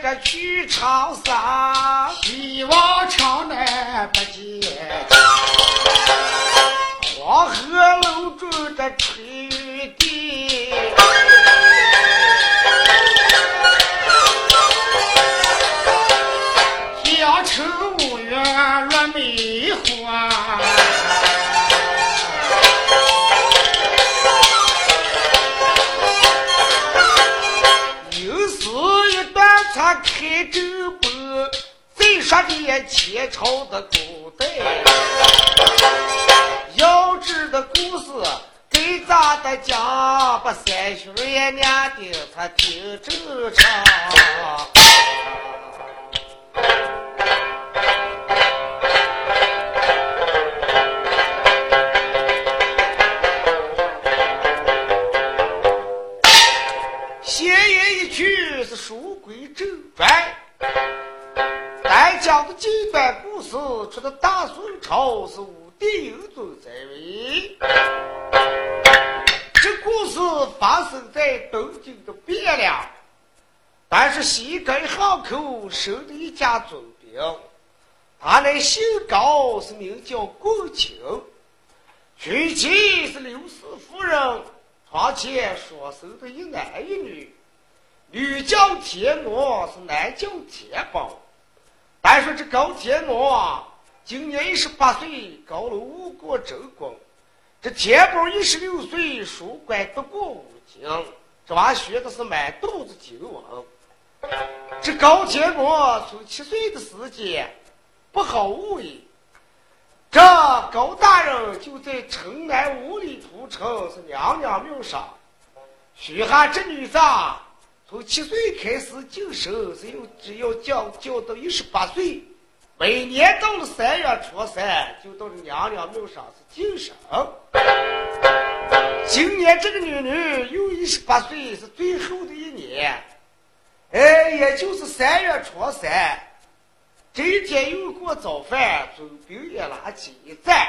个去朝丧， 希望朝南不见， 黄河楼中的吹雨地， 小城五月落梅花， 又是一段他开直播，再说点前朝的古代，要知的故事给咱的讲，把三旬爷娘的他听正常。闲言一句是书归正传，但讲的这段故事出的大宋朝是武帝有宗在位。这故事发生在东京的汴梁，但是西根巷口生的一家总兵，他乃姓高，是名叫共卿，娶妻是刘氏夫人，床前所生的一男一女，女叫田螺，是男叫田宝。但是这高田螺今年18岁，高了5国州官；这田宝16岁，书官得过5经。这娃学的是满肚子经文。这高田螺从7岁的时间不好物理，这高大人就在城南五里土城是娘娘庙上许下这女子从7岁开始净身，只要教到18岁，每年到了3月初3就到了娘娘庙上是净身。今年这个女又18岁，是最后的一年，也就是3月初3。这一天又过早饭，总兵也拉起一站，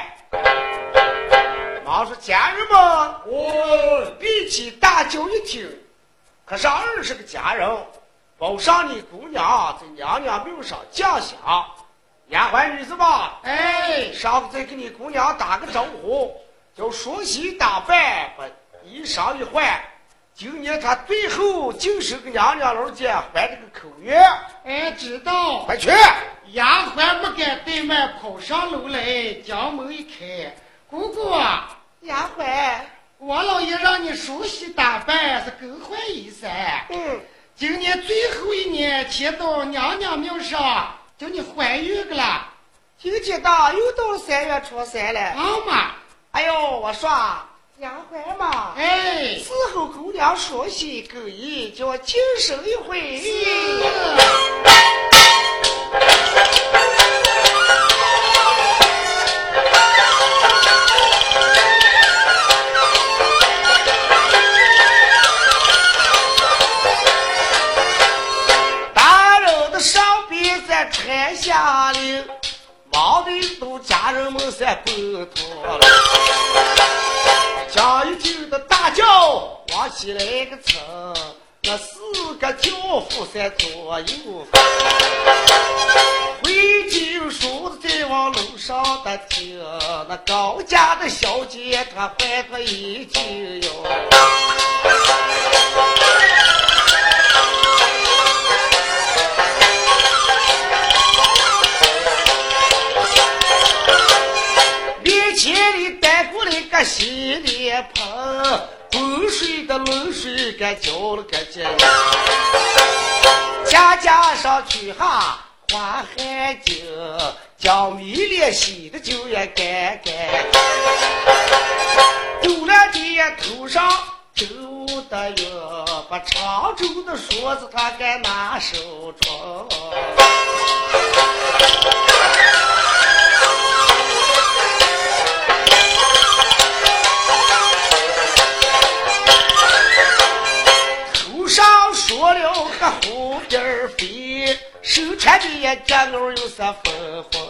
忙说家人们，我闭起大叫一听，可是20个家人，保上你姑娘在娘娘庙上降下，丫鬟女子吧，上再给你姑娘打个招呼，叫梳洗打扮，把衣裳一换。今年他最后就是个娘娘老家还这个口约， 知道， 快去。 丫鬟不敢怠慢，跑上楼来，将门一开，姑姑， 丫鬟， 我老爷让你梳洗打扮，是更换衣衫。今年最后一年，前到娘娘庙上，叫你怀孕个了。 今天到又到了3月初3了。 好嘛， 哎呦，我说丫鬟嘛，伺候姑娘梳洗更衣，叫我精神一回。大人的上边在传下令，忙的都家人们在奔脱了。讲一句的大叫往起来个词，那4个轿夫在左右，回京书的在往楼上的听，那高家的小姐她怀着已经有。面前里带过来个洗脸盆，滚水的冷水给浇了个净，加上去哈花汗精，将米脸洗的就也干干，丢了点头上周的哟，把常州的梳子他该拿手装。头上说了个红边飞，手穿的眼镜儿有些粉红，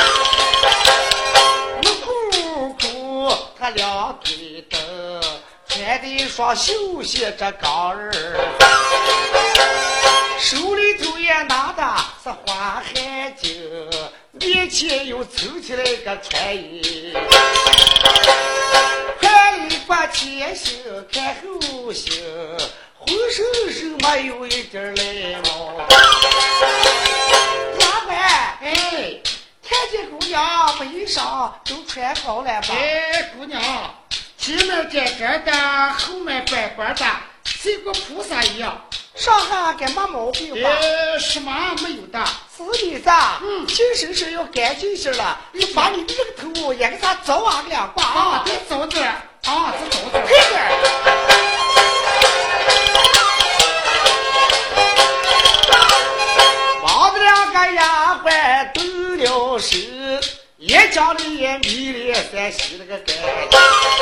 鼓鼓他两腿蹬，穿的一双绣鞋这钢儿， 手里头也拿的是花海巾，面前又凑起来个穿衣，看里挂前行看后行，浑身是没有一点来毛。老板， 哎， 看见姑娘没衣裳都穿好了吧？ 哎，姑娘，前面尖尖的，后面板板的，像个菩萨一样。 上汉该没毛病吧？ 什么没有的？ 是你子，精神是要干净些了。你把你这个头也给他早晚两挂啊！ 对，走着啊，这走着。 嘿个！王子两个丫鬟都了手，也将你也迷恋三西那个干净，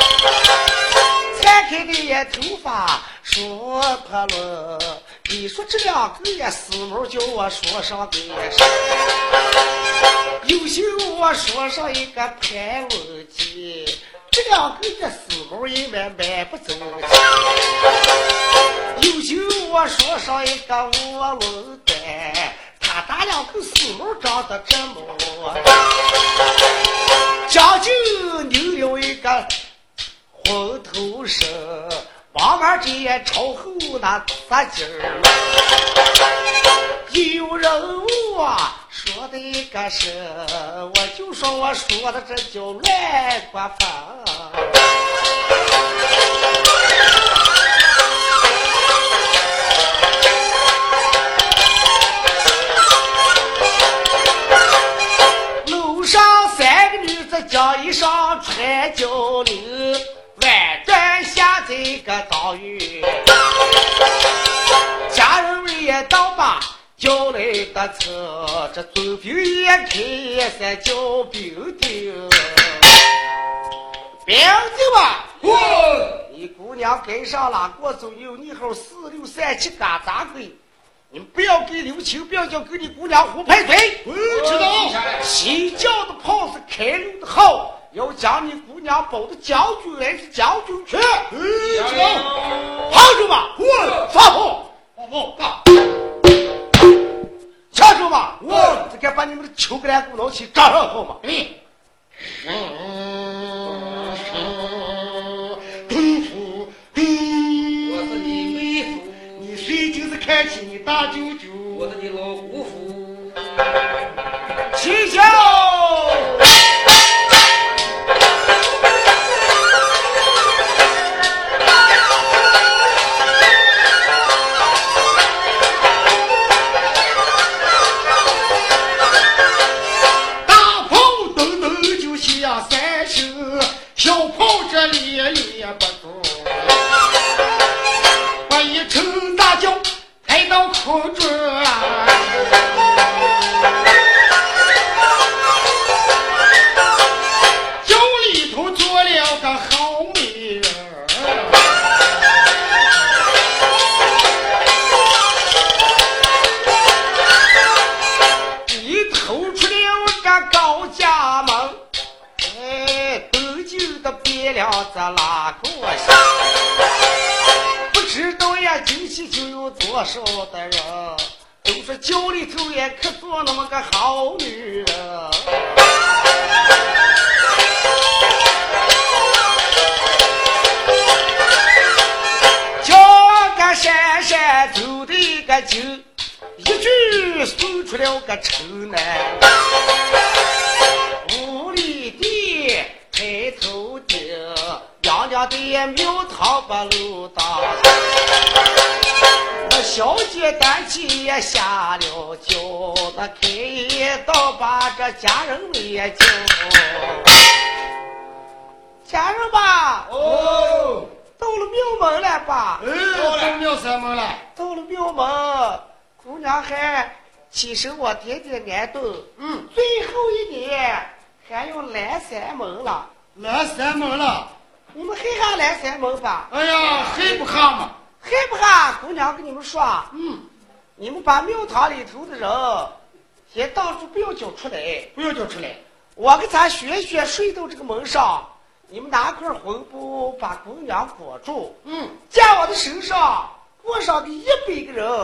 散开的也头发说破了。你说这两个也死毛叫我说上个是，有心我说上一个盘问鸡，这两个的死毛也买不走。有心我说上一个卧龙蛋，他打两个死毛长得这么，将就扭了一个昏头身。往儿这也朝后那撒劲儿，有人我说的一个是，我就说我说的这叫乱刮风。楼上三个女子将衣裳穿交流，婉转下这个岛屿，家人们也倒把叫来的车，这总兵也开三叫兵丁，兵丁吧，你姑娘跟上了，过总有你后4、6、3、7嘎杂鬼，你们不要给刘青，不要叫给你姑娘胡排嘴。 知道。 西叫的炮是开路的好。要将你姑娘保的将军来是将军去， 知道。 放住吧，放炮，掐住吧，这该把你们的球给两股脑气扎上好吗？ 我是你妹夫，你谁就是看起你大舅舅， 我是你老姑父。 起笑。 小炮这里也不中，把一声大叫抬到空中，酒里头做了个好美人， 你偷出了个高家门，的别了这拉过下，不知道呀，今夕就有多少的人都说酒里头也可做那么个好女人。叫个闪闪走的一个酒，一句送出了个丑男，屋里的抬头顶，娘娘的庙堂把路当，那小姐担起也下了轿，那开道把这家人们也叫，家人吧，到了庙门了吧？ 到庙山门了。 到了庙门，姑娘还起身我点点安顿。最后一年还要来山门了。 来山门了？ 你们还喊来山门吧？ 哎呀，还不喊吗？ 还不喊？姑娘跟你们说，你们把庙堂里头的人先当初不要叫出来， 不要叫出来。 我给咱学学睡到这个门上，你们拿块红布把姑娘裹住，在我的身上过上的100个人，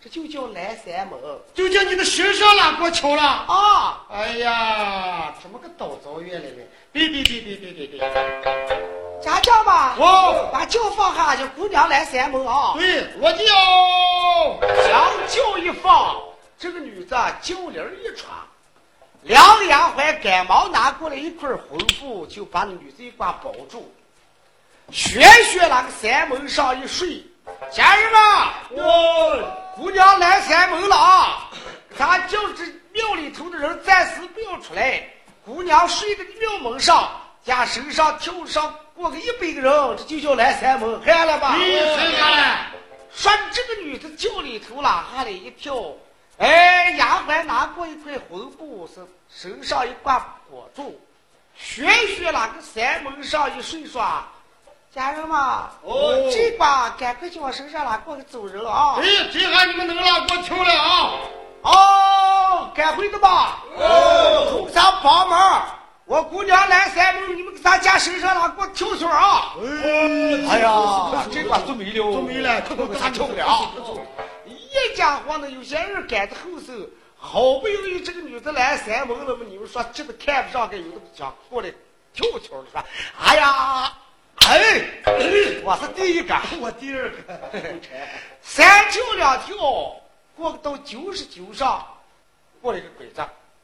这就叫来三门， 就叫你的身上拉过桥了啊！ 哎呀，这么个倒灶院来了！别！ 家教吧， 哦， 把轿放下，叫姑娘来三门啊！ 对，我就要将轿一放，这个女子轿铃一传，两个丫鬟赶忙拿过来一块婚布，就把那女子一挂包住，学那个三门上一睡。家人们，姑娘来三门了啊！咱就是庙里头的人暂时不要出来，姑娘睡在庙门上，家身上跳上过个100个人，这就叫来三门，看了吧？ 看了。 说这个女的轿里头了，吓了一跳。哎，丫鬟拿过一块婚布，是身上一挂裹住，学那个三门上一睡说。家人们，这把赶快就往身上拉过个走人啊！ 哎，这下你们能拉过桥了啊！ 哦，赶会的吧？后山帮忙，我姑娘来三门，你们给咱家身上拉过跳圈啊！哎呀，这把做没了，可咱跳不了。一家伙呢，有些人赶着后手，好不容易这个女的来三门了嘛，你们说这都看不上，该有的想过来跳圈了，说，哎呀！我是第一个， 我第二个。 3跳2跳，过到99上，过了一个鬼子。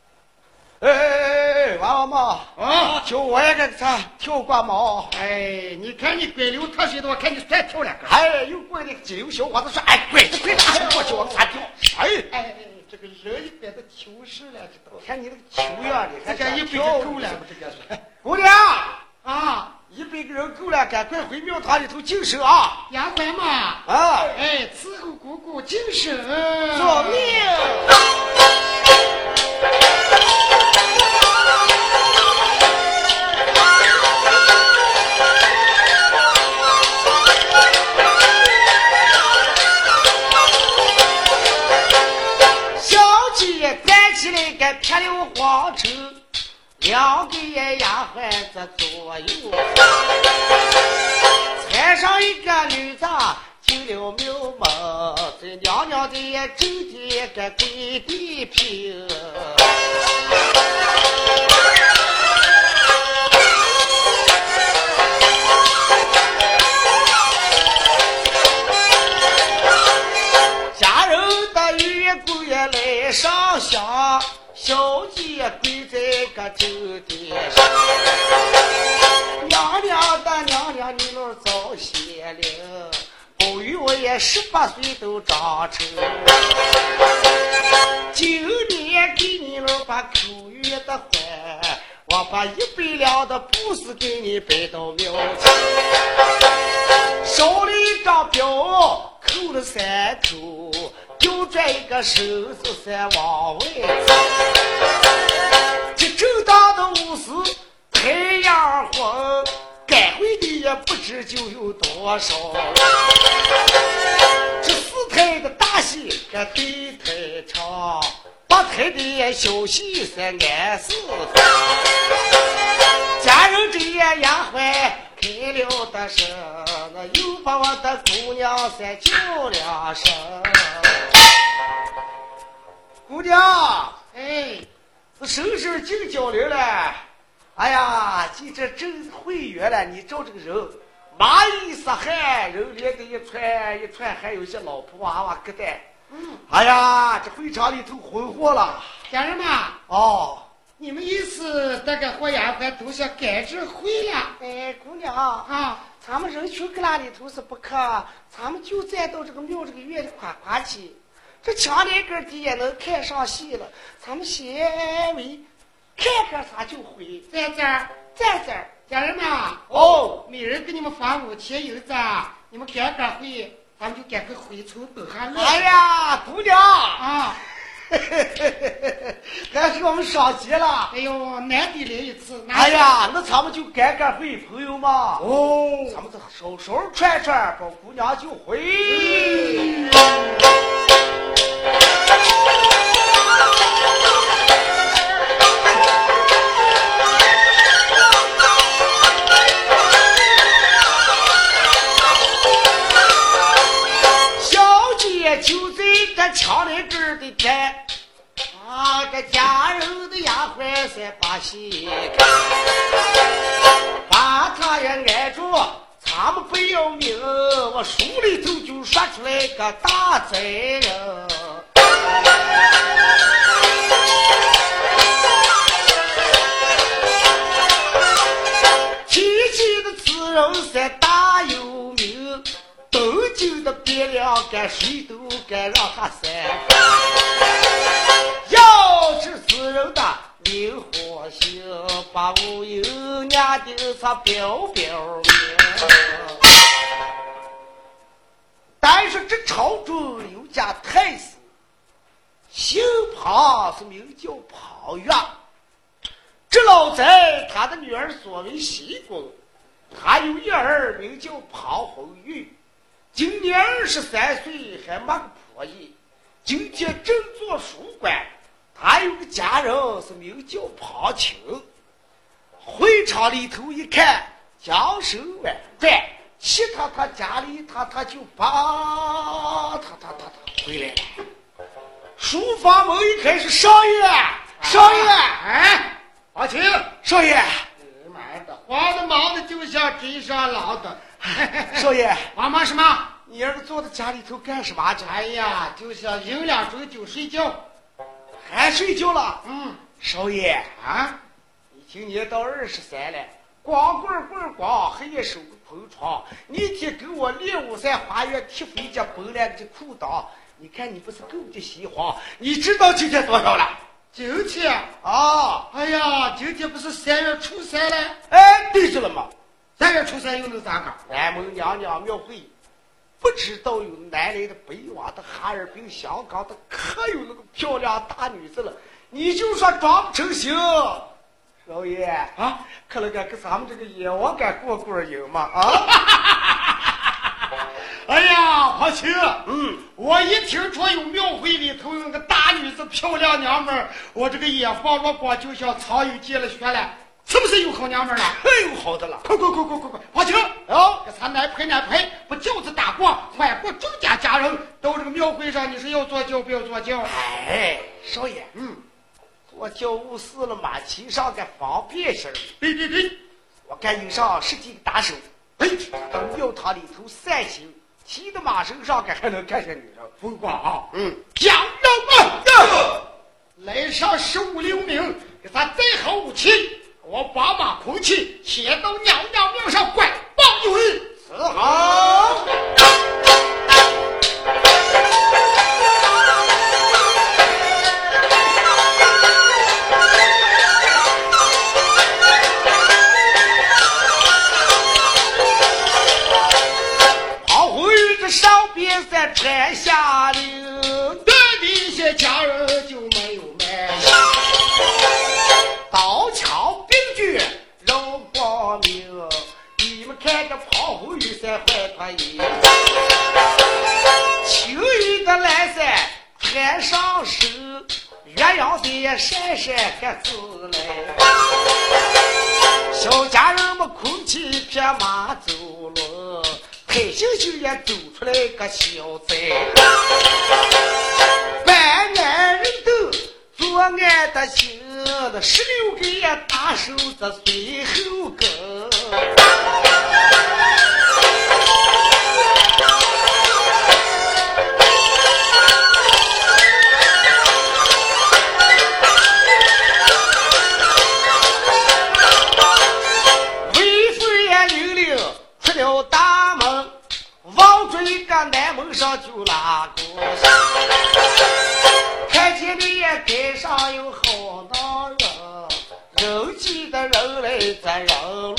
娃娃嘛啊，就我也给他跳挂毛。 哎，你看你鬼溜特些的，我看你再跳2个。 哎，又过来那个金牛小伙子说：“哎，鬼子快点过去往上跳。” 哎，这个人一边的球势了，知道？ 看你那个球样，你看这100个够了，这个是。 姑娘啊 ，100个人够了，赶快回庙堂里头净身啊！ 丫鬟嘛， 啊， 哎，伺候姑姑净身， 做命。小姐站起来，该撇了黄绸。2个丫鬟在左右，踩上一个女子进了庙门，这娘娘的正的个跪地平。家人的月桂来上香，小姐跪在个正地上，娘娘你们早些了，不与我也18岁都长成，今年给你们把口月的还，我把100两的布施给你摆到庙前，手里一张表扣了3头，又转一个手子3往外走，这正当的50太阳昏，该回的也不知就有多少，这4台的大戏该对台唱，8台的小戏3安4台，家人这丫鬟开了的声，那又把我的姑娘叫2声。姑娘， 哎， 这手手进交流了。哎呀，你这真会员了，你照这个人，蚂蚁撒汗，人连的一串，还有些老婆娃娃疙瘩。哎呀，这会场里头混货了。 家人们， 哦， 你们意思这个活丫鬟都是赶着回了？ 哎，姑娘啊， 咱们人群搁那里头是不可，咱们就再到这个庙这个院里夸去。这墙连根的也能看上戏了，咱们先为看看啥就回。 在这儿，家人们， 哦， 每人给你们发5000银子，你们赶回，咱们就赶快回村等下来。 哎呀，姑娘啊， 还是我们上节了。 哎呦，难得来一次。 哎呀，那咱们就赶回，朋友们。 哦， 咱们这手串把姑娘就回。小姐就在这敲了根的天，这家人的丫鬟才把戏看，把他也挨住，他们不要命，我书里头就说出来个大贼人。提起的此人才大有名，东京的别了干谁都该让他散。要知此人的名火性，把无有娘的他表表明。但是这朝中有家太师，姓庞，是名叫庞岳。这老宅他的女儿所为西宫，他有一儿名叫庞红玉，今年23岁，还没个婆姨。今天正做书馆，他有个家人是名叫庞青。会场里头一看，将手万转，其他家里他就他回来了。书房门一开是少爷，少爷， 哎，阿青， 少爷， 妈的，慌的忙的就像追上狼的。 少爷， 忙忙什么？ 你儿子坐在家里头干什么去？ 哎呀，就像饮2盅就睡觉， 还睡觉了？少爷啊， 你今年到23了，光棍光，还也守个空床。那天给我练武山花园踢飞家崩了这裤裆，你看你不是够的喜欢？你知道今天多少了？ 今天啊， 哎呀，今天不是3月初3了？ 哎，对着了吗 ？3月初3又能咋个？ 南门娘娘庙会，不知道有南来的、北往的、哈尔滨、香港的，可有那个漂亮大女子了。你就说装不成形，少爷啊，可能跟咱们这个野王敢过瘾吗？啊！ 哎呀，庞青，我一听说有庙会里头有那个大女子漂亮娘们儿，我这个野放落光就像草鱼进了血了，是不是有好娘们儿了？ 太有好的了！ 快，庞青，给他安排，把轿子打过，换过周家人到这个庙会上，你是要坐轿不要坐轿？ 哎，少爷，坐轿务事了，马骑上个方便些。 对， 我赶有上10几个打手，到庙堂里头散行。骑的马身上还能看见女人， 风光啊！ 将要来上15、6名，给他带好武器，我把马空气贴到娘娘庙上拐棒有力。 此好。上边再传下令， 对的些家人就没有卖。 刀枪并举荣光明，你们看着庞红雨伞坏他一，轻易的来噻喊上手，鸳鸯的闪闪还自来。小家人们空气撇马走了，开心心也走出来个小贼，办案人都作案的心的16个也打手在随后跟。微风也溜溜出了大门，往追个南门上就拉过，看见你也街上有好男人，人挤的人来在人路，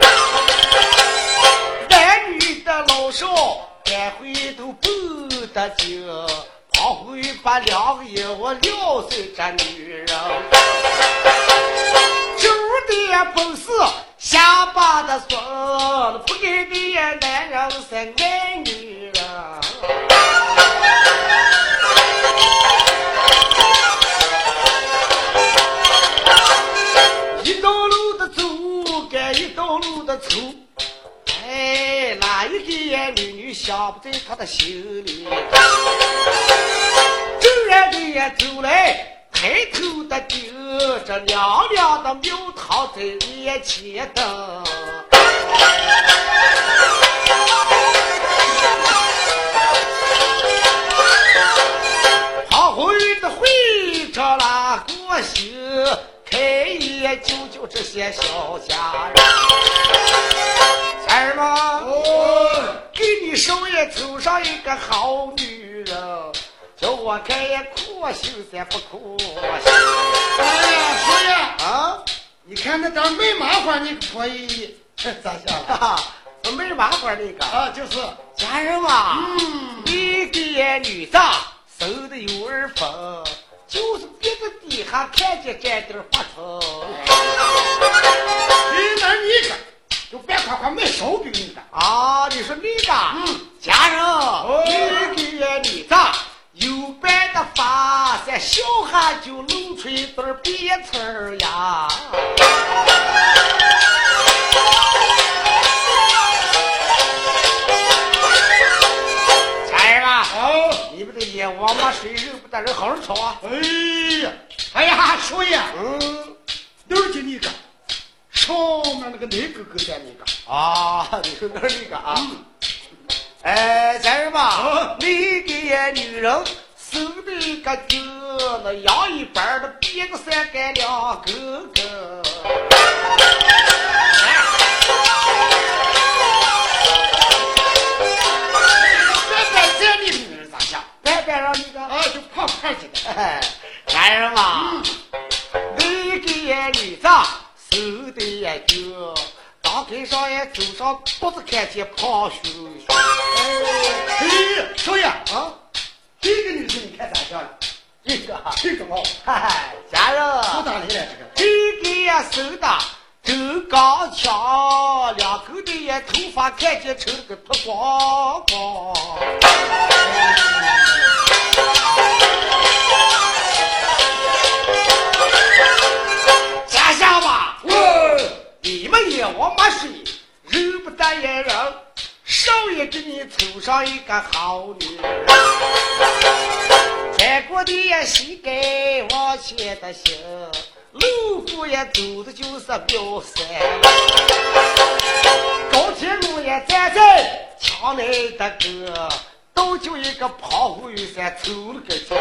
男女的老少赶回都不得劲，跑回把2个眼我撂在这女人，酒的本事下巴的酸，不给你男人是爱女人。一道路的走，该一道路的走。哎，哪一个女想不在他的心里？ 然的也走来，抬头的盯着亮亮的庙堂在眼前的。跑回的回着了过心，开眼救救这些小家人。儿吗？给你手也走上一个好女人，叫我看也苦心才不苦心。 哎呀，少爷啊， 你看那点美麻花你可以咋想了？这美麻花那个啊，就是家人嘛，你给女子收的有耳风，就是别的地下看见这点发愁。 那你看就别夸夸卖烧饼那个啊！你说那个，家人，你给女子有白的发色，小孩就露出一对别刺儿呀。家人嘛，你们的眼王八水肉不得人好好炒啊！ 哎呀，少爷，哪儿去那个？上面那个内哥哥在那个啊，你说哪儿那个啊？家人嘛，你给女人收的一个哥，那羊一半的别个三干两哥哥。 这你的女人咋想？ 白让你个啊，就胖胖去的。 家人嘛，你给女子收的一个。当天上也走上桌子看见胖熊熊。 少爷啊，这个女生你看咋样？这个哦， 家人， 不打理了这个也收的真刚强，两口的也头发看见成个脱光光。家下吧，你们也往马水，人不得也人，少爷给你凑上一个好女人，穿过的也膝盖往前的行，路虎也走的就是庙山，高铁路也站在墙内的歌，都就一个跑回山走了个劲。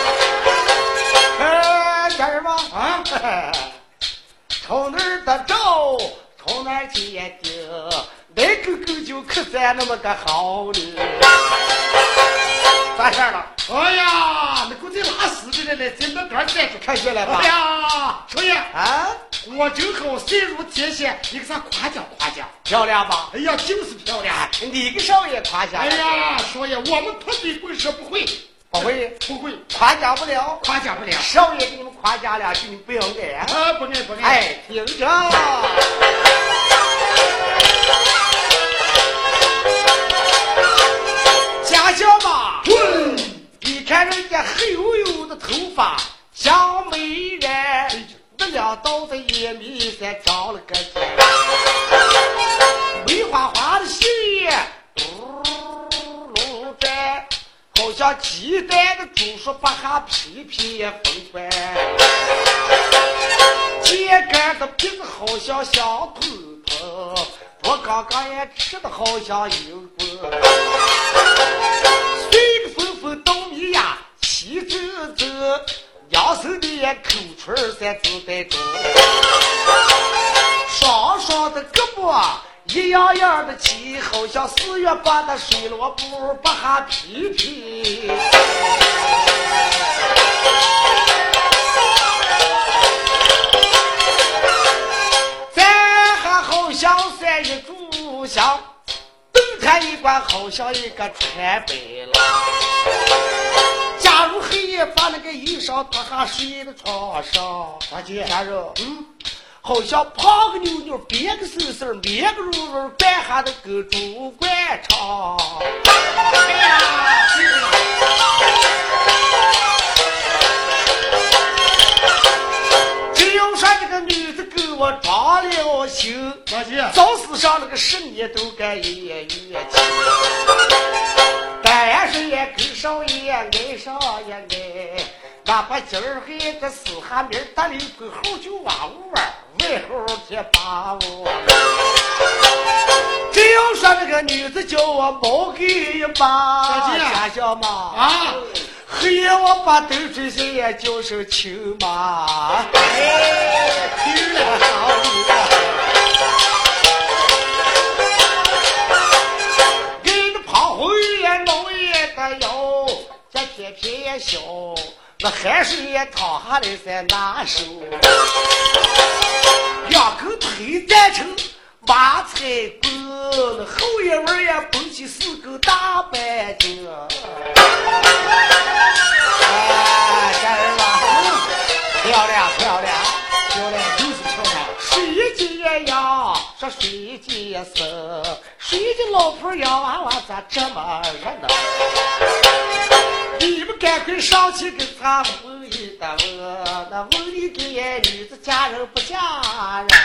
家人吗？啊，从哪儿的找，从哪儿接定，那哥哥就可咱那么个好女人。完事儿了。 哎呀，那估计拉屎的来，在那边站着看见了吧？ 哎呀，少爷啊， 我正好深入天线，你给咱夸奖夸奖， 漂亮吧？ 哎呀，就是漂亮。 你个少爷夸奖。 哎呀，少爷，我们团队会说不会， 不会，夸奖不了， 夸奖不了。 少爷给你们夸奖两句，你不应该啊！ 不爱。 哎，听着。家乡嘛，你看人家黑黝黝的头发像美人，那两道在眼眉上长了个尖，梅花花的心露在，好像鸡蛋的猪说把哈皮皮也分开，尖干的鼻子好像小头头，我刚刚也吃的好像银棍，随个风风动你呀，气滋滋，两手的也口唇在自带中，双双的胳膊一样样的鸡，好像4月8的水萝卜把哈皮皮。咱还好像3月炷香，灯台一关好像一个穿白了。假如黑夜把那个衣裳脱下睡在床上，大姐家人，好像胖个妞妞，别个瘦瘦，面个肉肉，干哈的跟猪灌唱。哎呀，只有说这个女子给我装了心， 大姐， 早死上那个10年都该一月情。但是也跟少爷爱上也爱， 俺把今儿黑这四下面打了一个猴就挖五万，为猴贴把我。只要说这个女子叫我毛给一把，家小妈啊， 黑夜我把斗水谁也就是亲妈。哎，听了好你的。给那跑回也老爷的腰，这偏偏也小。那海水也淌下来才难受，两口腿站成马菜棍，那后一味也蹦起四个大白筋。哎，家人们，漂亮漂亮漂亮，就是漂亮。水晶也样，说水晶也深，水晶老婆养娃娃咋这么热闹？你们赶快上去给他问一的问，那问你给女子嫁人不嫁人？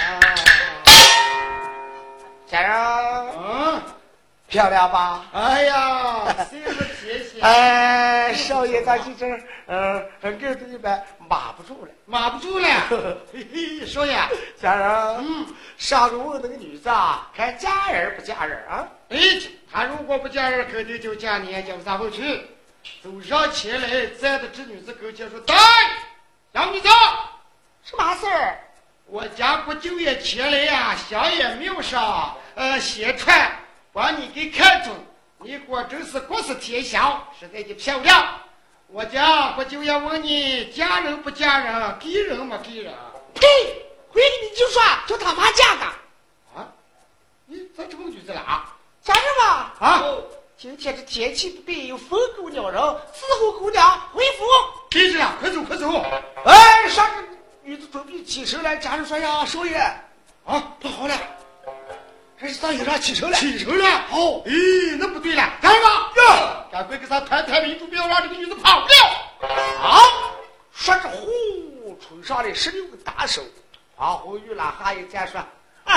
家人，漂亮吧？ 哎呀，谁是谢谢？ 哎，少爷他这跟着一般码不住了， 码不住了。嘿嘿，少爷， 家人，上个问那个女子啊，看嫁人不嫁人啊？ 哎，他如果不嫁人，肯定就嫁你，叫啥回去？走上前来，站在这女子跟前说：“在，小女子， 什么事儿？ 我家国舅爷前来呀，乡野庙上宣传，把你给看中，你果真是国色天香，实在的漂亮。我家国舅爷问你嫁人不嫁人，给人没给人？ 呸！回去你就说叫他妈嫁的啊！你咋这么句子了啊？ 家人嘛啊！ 今天这天气不对，有风狗鸟人，伺候姑娘回府。 对着了，快走快走！ 哎，上个女子准备起身来，家人说呀，少爷啊， 不好了，这是到营上起身了， 起身了。 哦， 咦，那不对了，干什么？ 呀， 赶快给他抬抬民主，不要让这个女子跑了。 啊！说着呼，冲上来16个大手，黄红玉拉哈一家说，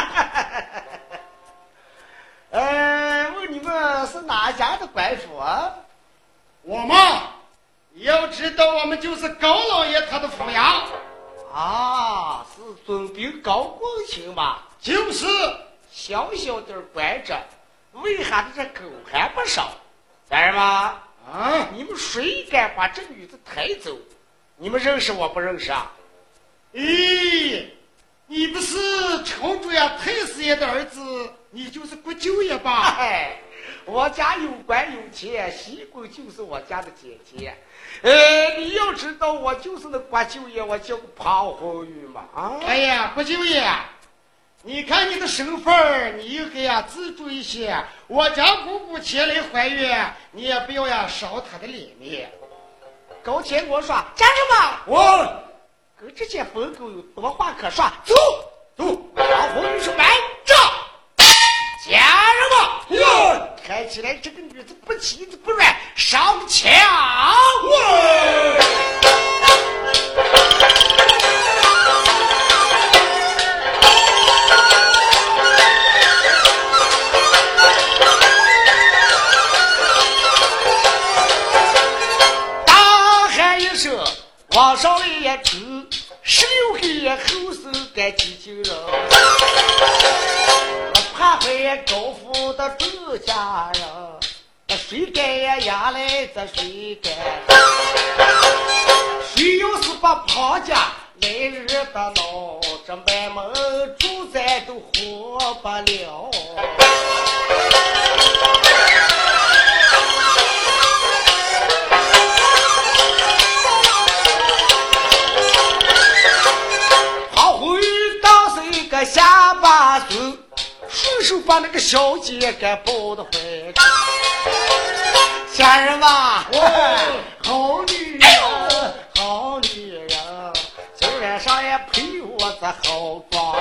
问你们是哪家的官府啊？ 我嘛，你要知道，我们就是高老爷他的府衙。 啊，是尊兵高光卿吧？ 就是小小的官职，为啥这狗还不少？家人们啊，你们谁敢把这女子抬走？你们认识我不认识啊？ 咦，你不是朝主呀太师爷的儿子，你就是国舅爷吧？ 哎，我家有官有钱，西宫就是我家的姐姐。你要知道，我就是那国舅爷，我叫个庞红玉嘛。啊， 哎呀，国舅爷，你看你的身份，你应该呀自重一些。我家姑姑前来怀孕，你也不要呀烧她的脸面。 高天国说：“家人们， 我跟这些疯狗有多话可说，走走。” 庞红玉说：“来这，家人们，看起来这个女子不急不软，上枪！”大喊一声，往上来也出16个后手干几斤人。怕回高府的主家人，那谁干呀压来这谁干？谁要是把庞家来日的闹，这满门住宅都活不了。庞红玉当时一个下巴孙。顺手把那个小姐给抱到怀里，家人们，好女人，好女人，今晚上也陪我这好装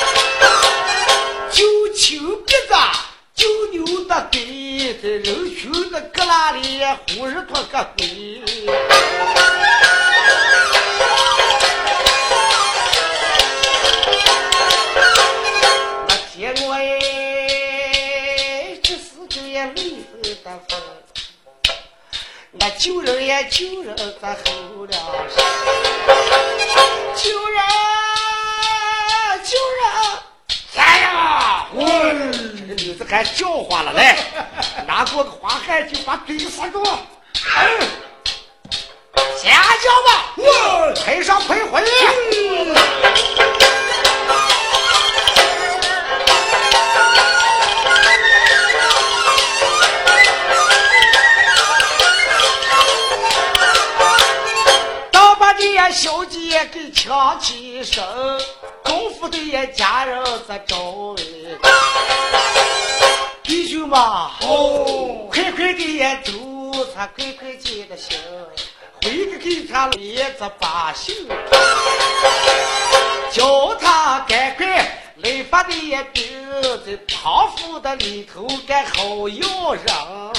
就求鼻子，就牛的嘴，在人群的旮旯里忽日脱个鬼。结果这是个累死的分， 那救人也救人在后了，救人救人， 来呀！ 这个女子还叫唤了来，拿过个花海就把嘴塞住，下脚吧，配上配回。小姐给抢起身，功夫的也家人在周围。弟兄们，快快的也走，他快快进的行，回去给他列子把信，叫他赶快来发的也病在胖虎的里头该好要人。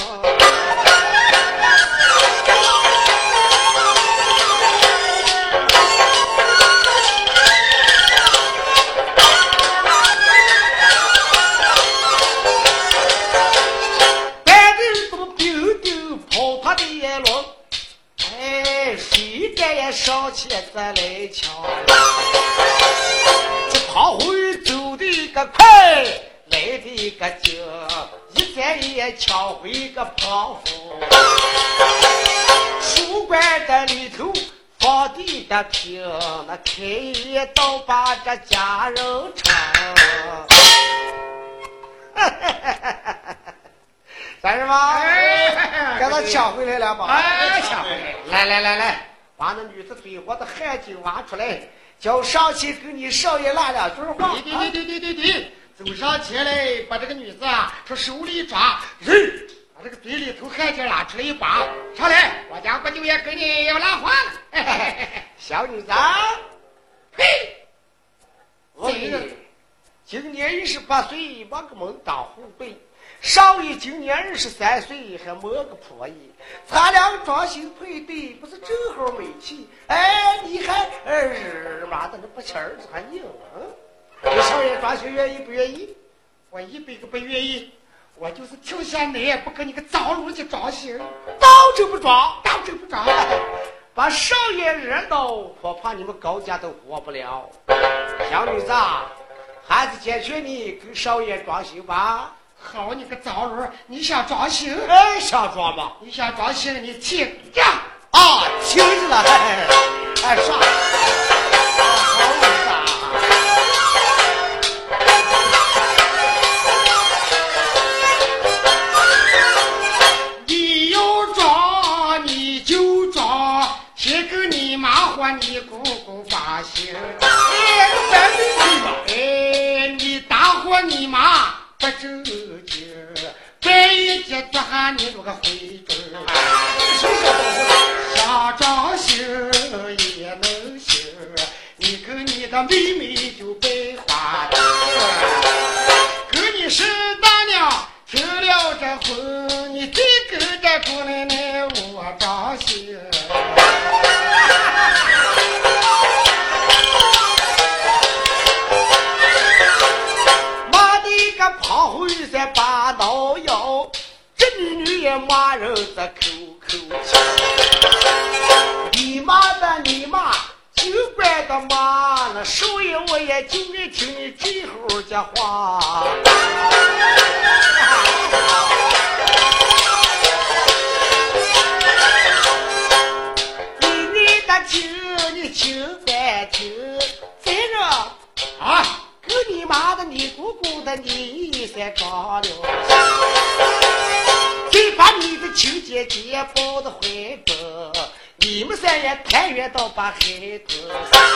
上前再来抢，这胖虎走的个快，来的个精，一再也抢回个胖虎。书馆的里头放的个瓶，那开一刀把这家人撑。三师傅，给他抢回来了吧？ 抢回来！ 来。把那女子嘴活的汗巾挖出来，叫上去跟你少爷拉两句话。 对，走上前来，把这个女子从手里抓，把这个嘴里头汗巾拉出来一把，上来，我家国舅爷跟你要拉话了。 小女子， 呸！ 我今年28岁，摸个门当户对。少爷今年23岁，还摸个婆姨，咱俩装修配对，不是正好美气？哎，你还妈的那不气儿子还硬啊？你少爷装修愿意不愿意？ 我100个不愿意，我就是跳下来不跟你个脏路去装修， 当真不装， 当真不装， 把少爷惹到，我怕你们高家都活不了。小女子，还是坚决你跟少爷装修吧。 好你个脏路，你想装修？ 哎，想装吧？ 你想装修，你听呀啊，听着了，哎啥？好女子， 你要装你就装，先跟你妈和你公公发现。 哎，反对你吧？ 哎，你大伙你妈不正经，半夜间做下你那个回准，想装修也能行，你跟你的妹妹就白花钱，跟你是大娘成了这婚，你再跟着姑奶奶我装修。 胖虎在把刀摇，这女也骂人在口气。你妈的你妈，就怪的妈，那少爷我也就爱听你这会讲话。你的听你听半听，再着啊。 跟你妈的你姑姑的你才装了，再把你的亲姐姐抱的怀中，你们三人团圆到把孩子，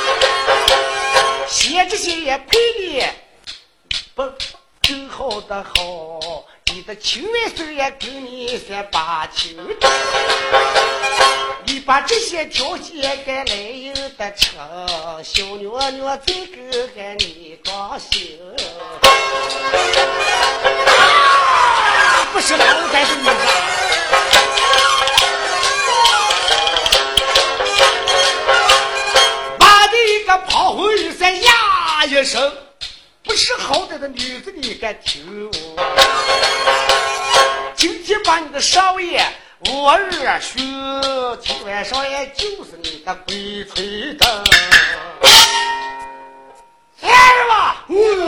写这些也陪你不更好的好，你的亲外孙也跟你才把亲，你把这些条件该来有的成，小娘娘再跟还你高兴，不是老在的女子，把那个炮灰再压一声，不是好歹的女子你该听我，今天把你的少爷我二叔今晚上也就是你的鬼吹灯。先生吧，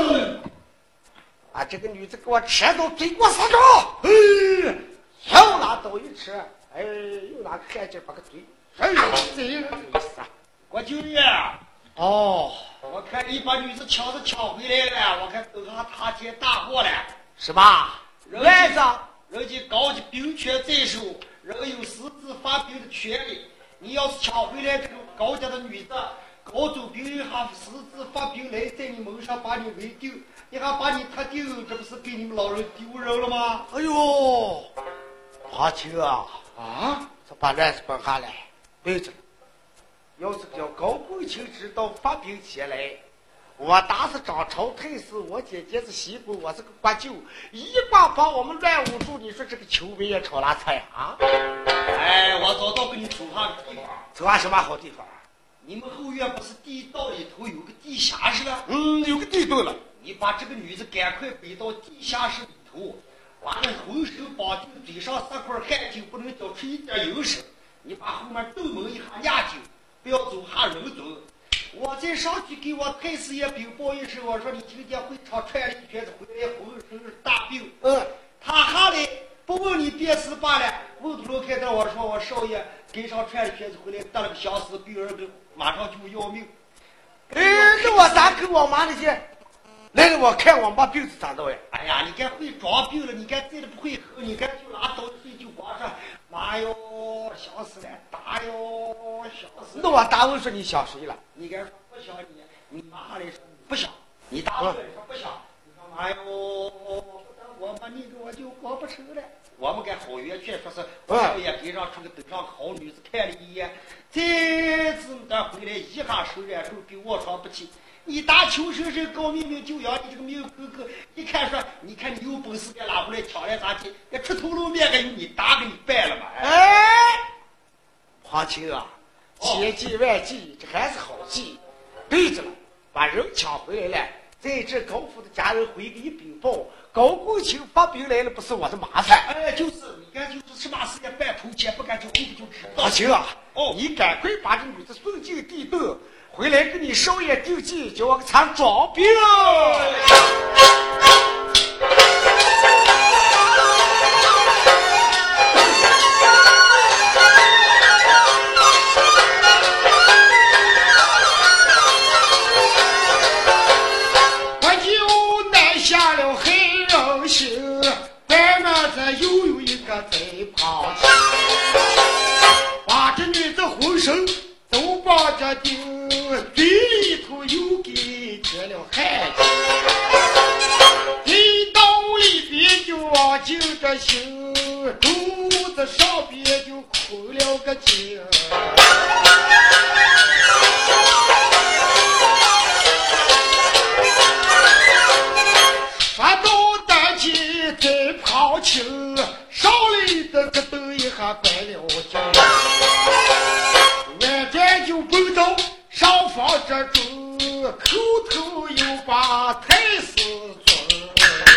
把这个女子给我扯到罪过4周。又拿刀一扯，又拿看劲把个嘴，这个郭九爷， 哦， 我看你把女子抢回来了，我看等下他接大祸了。 是吧？来子， 人家高级兵权在手，人有私自发兵的权利。你要是抢回来这个高家的女子，高总兵还私自发兵来在你门上把你围丢，你还把你特丢，这不是给你们老人丢人了吗？ 哎呦，华清啊，这把乱子绑下来，对着。要是叫高公卿知道发兵前来，我打死张朝太师，我姐姐是西宫，我是个瓜舅，一把把我们乱捂住。你说这个球围也朝哪踩啊？ 我早到给你走上个地方。 走上什么好地方？ 你们后院不是地道里头有个地下室吗？ 有个地洞了。 你把这个女子赶快背到地下室里头，把那浑身绑定，嘴上撒块汗酒，不能叫出一点油声。你把后面洞门一下压紧，不要走下人走。我再上去给我太师爷禀报一声，我说你今天会场踹了一拳子回来，浑身是大病。他下来不问你便是罢了，问头开头我说我少爷给上踹了一拳子回来，得了个相思病人，马上就要命。 那我咋跟我妈那些来了？我看我妈病是咋着呀？ 哎呀，你该会装病了，你该再都不会喝，你该就拿刀碎就光上，妈哟，想死了，打哟，想死了。 那我大问说你想谁了？ 你该说不想你妈下来说不想，你大问说不想，你说妈哟，我把你给我就过不成了。我们该好言劝说是，少爷给上出个等上好女子看了一眼，再次的回来一下手染手给卧床不起。你打求生生高明明就要你这个命哥哥，一看说，你看你有本事该拿回来抢来砸去，那出头露面还有你打给你败了嘛？ 黄青啊，千计万计，这还是好计。对着了，把人抢回来了，在这高府的家人回给你禀报，高公卿发兵来了，不是我的麻烦。 就是你看，就是什么事也办头前，不敢就后不就知道。 黄青啊，你赶快把这女子送进地洞。回来跟你少爷定计，叫我给他装病。 我就乃下了黑人心，外面这又有一个贼跑气，把这女子浑身都绑着钉。嘴里头又给贴了汗气，地道里边就往进着行，肚子上边就捆了个筋。说到单起再跑清，上来的个灯一下关了劲，外边就蹦到上房这中，口头又把太师尊。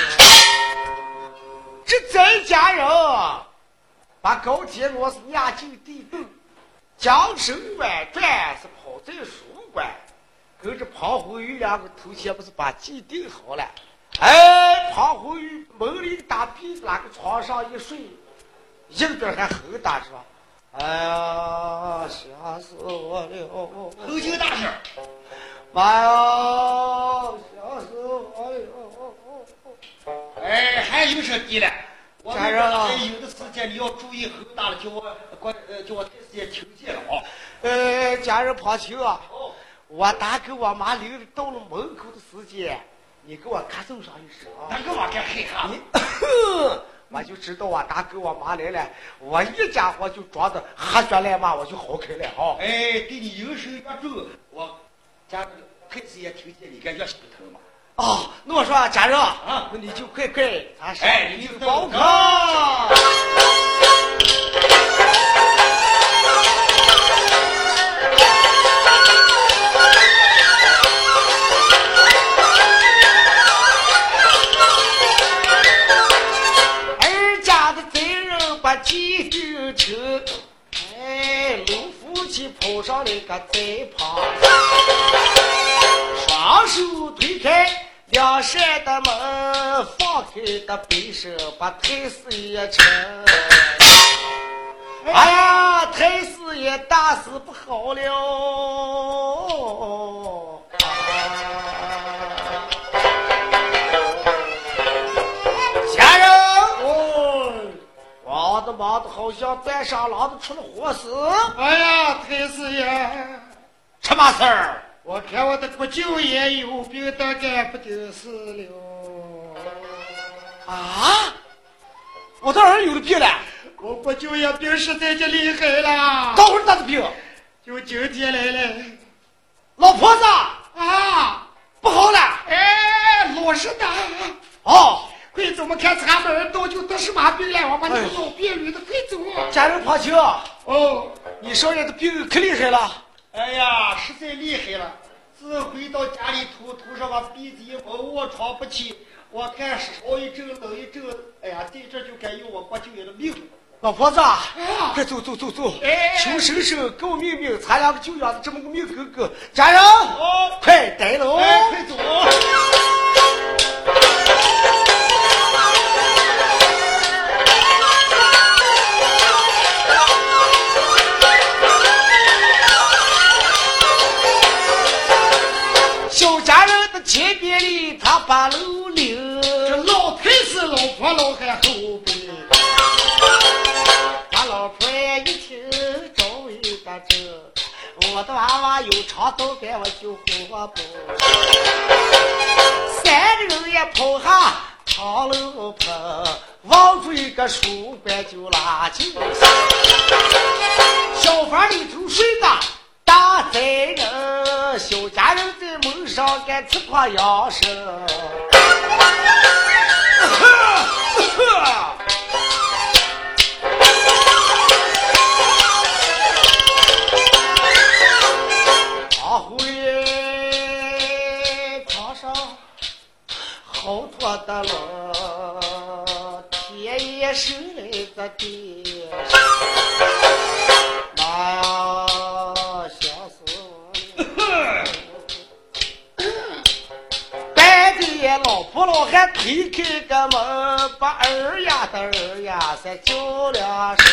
这咱家人把高铁罗是押进地洞，将身婉转是跑在书馆，跟着庞红玉两个头前不是把计定好了。庞红玉门里打鼻子，那个床上一睡，硬边还很大是吧？哎呀，吓死我了！ 口气大声， 妈呀，吓死我了！ 还有说低了，我家人啊， 有的时间你要注意很大了，叫我太师爷听见了啊！ 家人庞青啊，我打给我妈领到了门口的时间，你给我咳嗽上一声啊！ 那个我该害怕你。我就知道我打给我妈来了，我一家伙就装的哈血来嘛，我就好开了哈。 给你有手越重，我家太师爷听见你该越心疼嘛。 那我说家人啊，那你就快咱上你就包炕。把金骑着车，哎，老夫妻跑上了个在旁，双手推开两扇的门，放开的背手把太师爷撑。哎呀，太师爷大事不好了！家人，忙得好像半晌狼的出了祸事。 哎呀，太师爷， 什么事儿？ 我看我的国舅爷有病，大概不就是了。 啊！我的儿有了病了。 我国舅爷病实在是厉害了。 到会儿咋的病？ 就今天来了。 老婆子啊， 不好了。 哎，老实的。 哦， 快走，我们看咱们儿到就得什么病了？我把你们老病女的快走。 家人旁请。 哦， 你少爷的病可厉害了。 哎呀，实在厉害了。自回到家里头上把鼻子一摸，卧床不起。我看烧一阵冷一阵，哎呀，在这就该用我国舅爷的命。 老婆子，快走走走走！求神神，给我命命，咱两个就养的这么个命哥哥。家人，快带喽！ 快走！ 小家人的前边里，他把路领， 这老太是老婆老汉后边。 他老婆一听周围的这，我的娃娃有长刀杆，我就活不。三个人也跑下长楼棚，望住一个书馆就拉进去。小房里头睡的大贼人，小家人在门上干吃夸养生。床后里床上好多的了，天也生来个地，妈呀，想死我了！白天老婆老汉推开个门，把儿呀的儿呀才叫两声。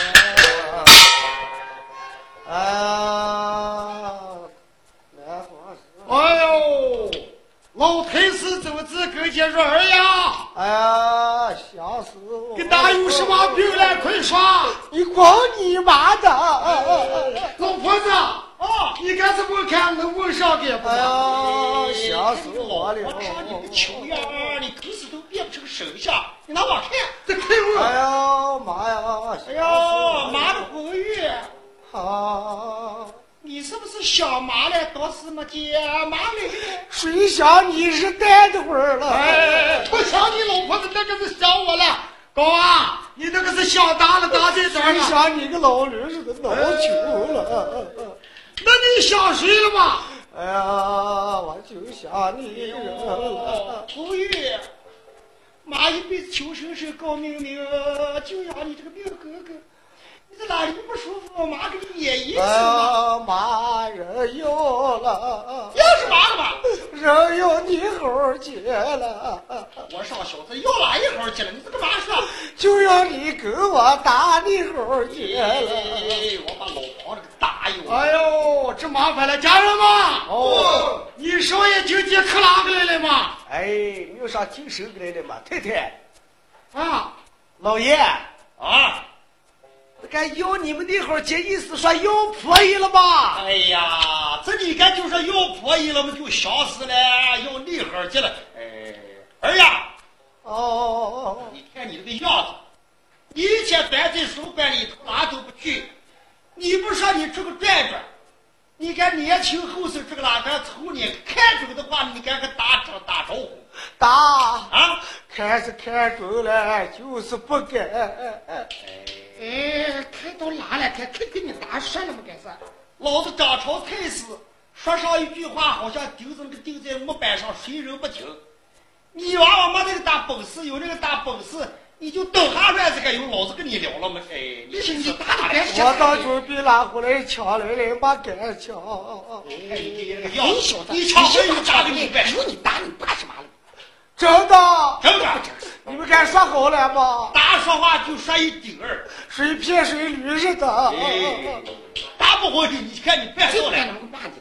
哎呦，老太师怎么自跟前说儿呀？ 哎呀，想死我！ 跟哪有什么病了？快说！ 你光你妈的！ 老婆子啊，你看怎么看能问上给不？ 哎呀，想死我了！ 我看你个球样儿，你口死都变不成神像，你拿我看，再看我！ 哎呀妈呀！ 哎呀，妈的红玉！ 啊！ 你是不是想妈了？倒是没见妈了。 谁想你是呆的会儿了？ 哎，不想你老婆子那个是想我了。高啊，你那个是想大了，大在这儿谁了。 想你个老人似的脑球了？ 那你想谁了吗？ 哎呀，我就想你了。 红玉，妈一辈子求神神告命命，就养你这个病哥哥。你在哪里不舒服？妈给你演一次嘛。 妈人有了， 要是妈了吧？ 人有你猴结了， 我上小子要哪一猴去了？你这个妈说， 就要你给我打你猴结了。 我把老黄这个打有。哎呦，这麻烦了，家人们。 哦， 你少爷今天可哪个来了吗？ 哎，没有啥精神来的嘛，太太。 啊， 老爷啊。 该要你们那会儿这意思说要婆姨了吧？ 哎呀，这你看就说要婆姨了嘛，就想死了，要内行去了。哎，儿呀， 哦， 你看你这个样子，你以前待在书馆里头哪都不去，你不说你出个转转，你看年轻后生这个哪个瞅你看准的话，你赶快打招呼。 打啊， 看是看准了，就是不敢。 哎，看到哪了？看跟你打算了吗？该是老子张朝太师说上一句话，好像钉子钉在木板上，谁人不听？你娃娃没那个大本事，有那个大本事， 你就等下来这个有老子跟你聊了吗？哎，你听你打的， 我当准备拉回来抢来了，把杆抢。 你抢回来打给你呗？ 有你打你怕什么了？ 真的？ 真的？ 你们敢说好了吗？ 打说话就说一顶儿， 谁骗谁驴似的。 打不回去，你看你别说了。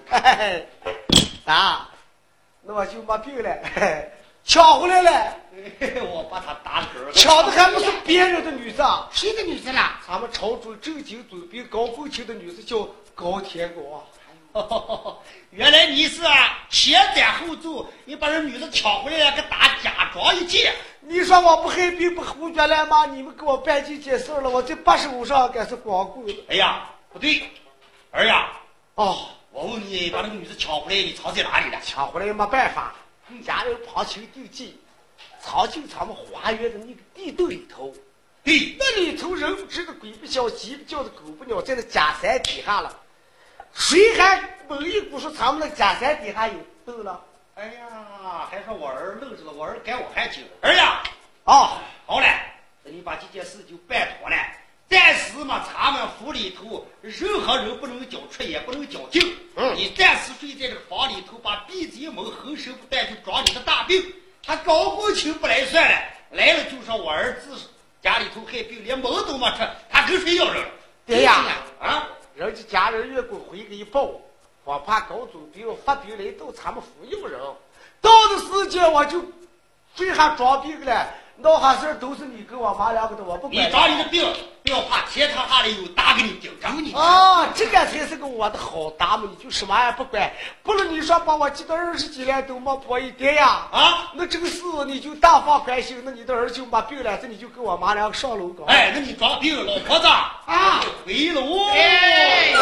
打，那我就没病了。抢回来了， 我把他打嗝了。 抢的还不是别人的女子， 谁的女子啦？ 咱们朝中正经准备高凤卿的女子叫高天国。 原来你是前斩后奏，你把人女子抢回来给打假装一件。 你说我不害病不胡觉来吗？你们给我办这件事了，我这85上该是光棍了。 哎呀，不对，儿呀， 哦， 我问你，把那个女子抢回来，你藏在哪里了？ 抢回来也没办法，家人旁求定计，藏进咱们花园的那个地洞里头。 对， 那里头人不知道鬼不晓，鸡不叫的狗不鸟，在那假山底下了。谁还猛一股说咱们那假山底下有洞了？ 哎呀，还说我儿愣着了，我儿赶我还紧。儿呀， 哦， 好嘞，那你把这件事就办妥了。暂时嘛，咱们府里头任何人不能搅出，也不能搅进。你暂时睡在这个房里头，把鼻子一蒙，浑身不带就装你的大病。他高公卿不来算了，来了就说我儿子家里头害病，连蒙都没出，他跟谁要人？ 爹呀， 啊， 人家家人越过回给一报，我怕高总兵发兵来到咱们府用人，到的时间我就最还装病了。闹哈事都是你跟我妈两个的，我不管。 你找你的病，不要怕，天塌下来有大给你顶着。 啊，这个才是个我的好大嘛！你就什么也不管，不如你说把我记到20几年都没破一点呀！ 啊， 那这个事你就大放宽心，那你的儿就没病了，这你就跟我妈两个上楼搞。 哎，那你装病，老婆子啊，回楼。 哎。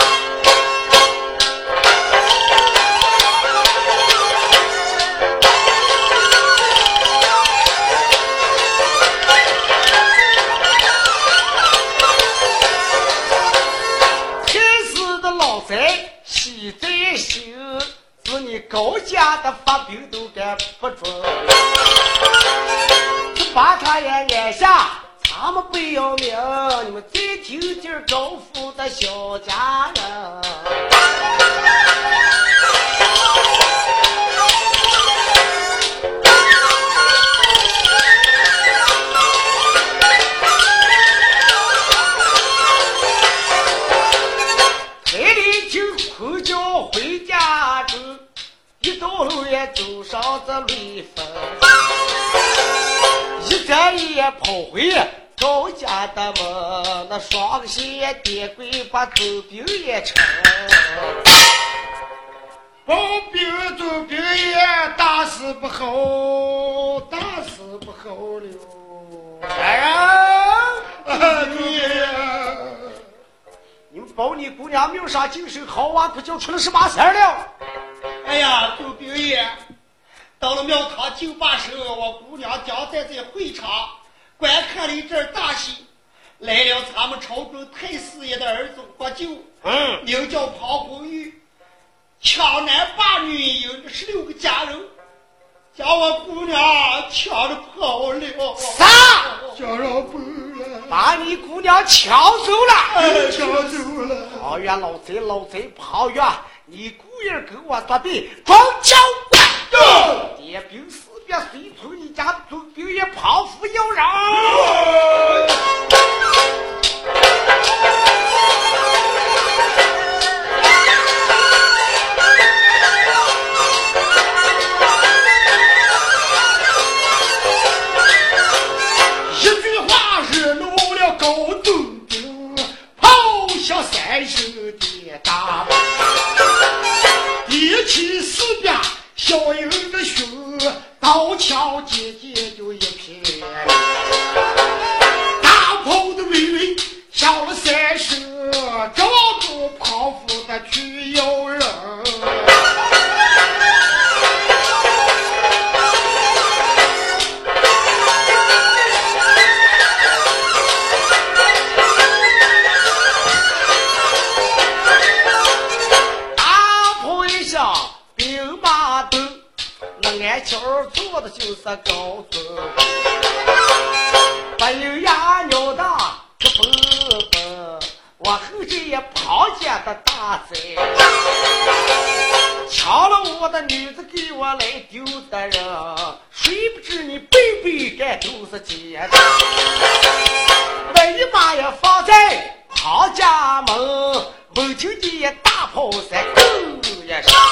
喜在心，是你高家的发兵都敢不准，就把他也按下，咱们不要命。你们再听听高府的小家人。口叫回家住，一到路也走上这雷锋，一站也跑回高家的门，那双鞋跌跪把走兵也成， 保兵走兵也大事不好，大事不好了。 哎呀， 你们保你姑娘命上精神好啊，不就出了什么事儿了？ 哎呀，周兵爷，到了庙堂进罢时，我姑娘将在这会场观看了一阵大戏，来了咱们朝中太师爷的儿子国舅，名叫庞红玉，抢男霸女，有16个家人，将我姑娘抢着跑了。 啥？ 叫老伯了， 把你姑娘抢走了？ 抢走了！ 庞元老贼庞元，你姑爷跟我作对，装脚官，点兵四别随从你家总兵也庞府要人。 30的大一起四边小营的胸，刀枪姐姐就一片，大炮的微微小了30，照住庞府的去要人。俺桥坐的就是高尊，把营碰见也跑家的大贼，抢了我的女子给我来丢的人，谁不知你背背该都是奸的，我一把也放在跑家门，门听见大炮声够也是，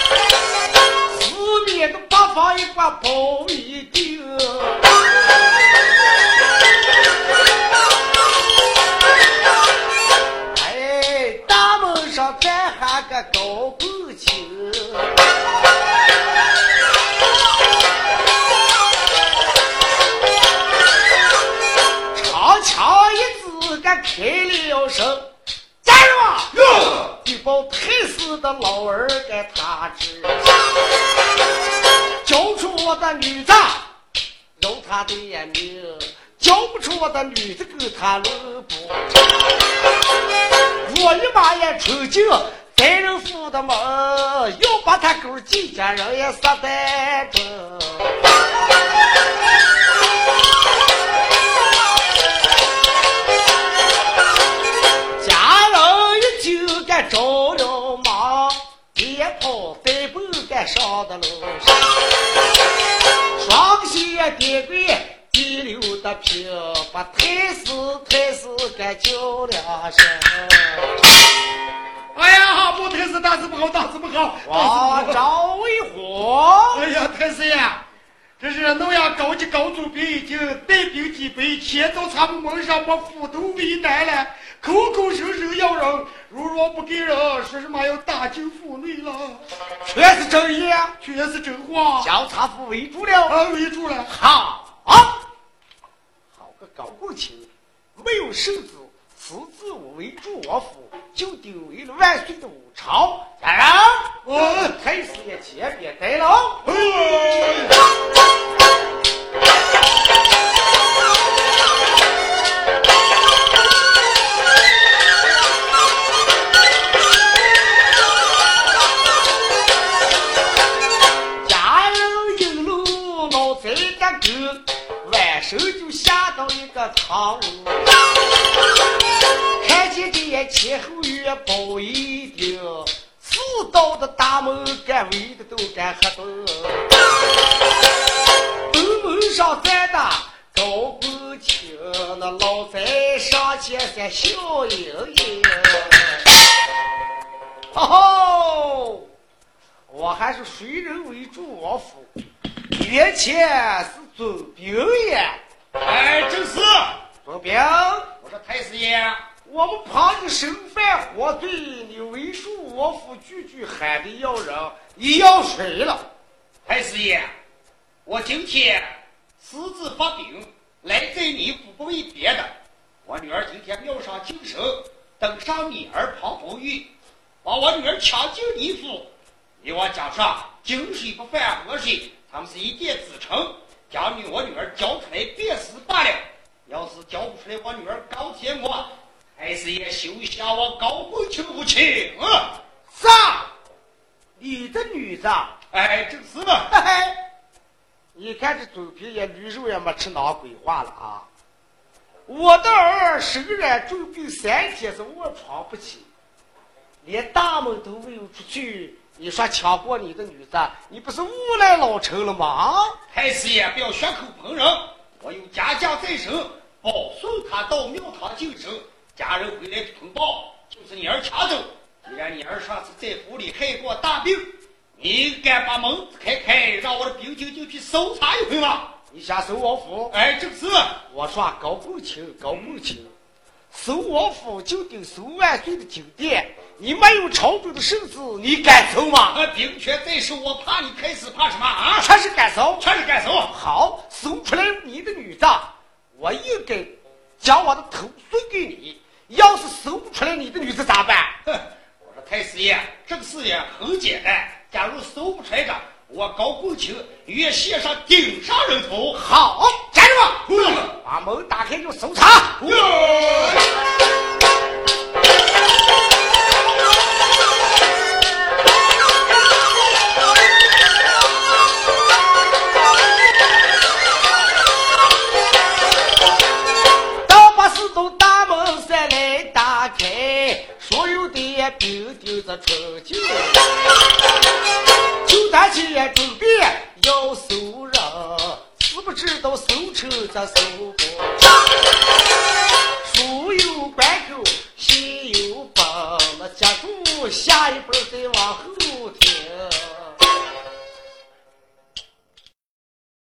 四面的八方一挂包围定。哎，大门上站下个高公卿，长枪一支个开了声，站住！就把太师的老儿给他知，交出我的女子，容他的眼命，交不出我的女子跟他论不。我一把也冲进贼人府的门，又把他狗几家人也杀在中。家人一就该着了忙，连跑带步该上的路上，双膝点跪第六的平，把太师该叫两声。 哎呀，不太师大师不好，大师不好！ 哇，赵为火！ 哎呀，太师爷，这是诺亚高级高祖兵已经带兵几倍，前奏他们门上把斧头为难了，口口声声要人，若不给人，说什么要打进府内了？ 全是真言， 全是真话。 将查府围住了， 围住了。 好个高公卿，没有圣旨，私自围住我府，就定为了万岁的武朝。家人，太师爷前边带了。家人一路老贼的狗，晚上就下到一个堂屋，看见这前后院包围定，四道的大门敢围的都敢喝动，东门上站的高公卿，那老贼上前才笑盈盈。哦，我还是谁人围住我府？原前是总兵爷。 哎，正是总兵， 我说太师爷， 我们旁的生犯活罪，你围住我府，句句喊的要人，你要谁了？ 太师爷，我今天私自发兵来在你府，不为别的，我女儿今天庙上庆生，登上女儿庞宝玉，把我女儿抢进你府，你我讲上井水不犯河水，他们是一见子成，将我女儿交出来便是罢了，要是交不出来我女儿高天我太师爷休下我高公卿无情啊！ 上你的女子， 哎，正是嘛。 嘿嘿，你看这总兵也驴肉也没吃哪鬼话了啊！我的儿身染重病3天是卧床不起，连大门都没有出去，你说抢过你的女子，你不是诬赖老臣了吗？ 太师爷不要血口喷人，我有家将在身，保送他到庙堂进城，家人回来通报，就是你儿抢走。既然你儿上次在府里害过大病，你敢把门子开开，让我的兵丁进去搜查一回吗？ 你想搜我府？ 哎，正是。 我说高公卿，高公卿，搜我府就得搜万岁的金殿，你没有朝中的圣旨，你敢搜吗？ 兵权在手，我怕你开始怕什么啊？ 全是敢搜， 全是敢搜。 好，搜出来你的女子，我应该将我的头送给你。要是搜不出来你的女子咋办？ 哼，我说太师爷，这个事也很简单。假如搜不出来的，我高公卿愿献上顶上人头。 好，站住！把门打开就搜查。到把四栋大门再来打开， 年兵丁子春酒，就担心准备要收人，知不知道收成咱收不？书有关口，心有帮，那家主下一辈再往后。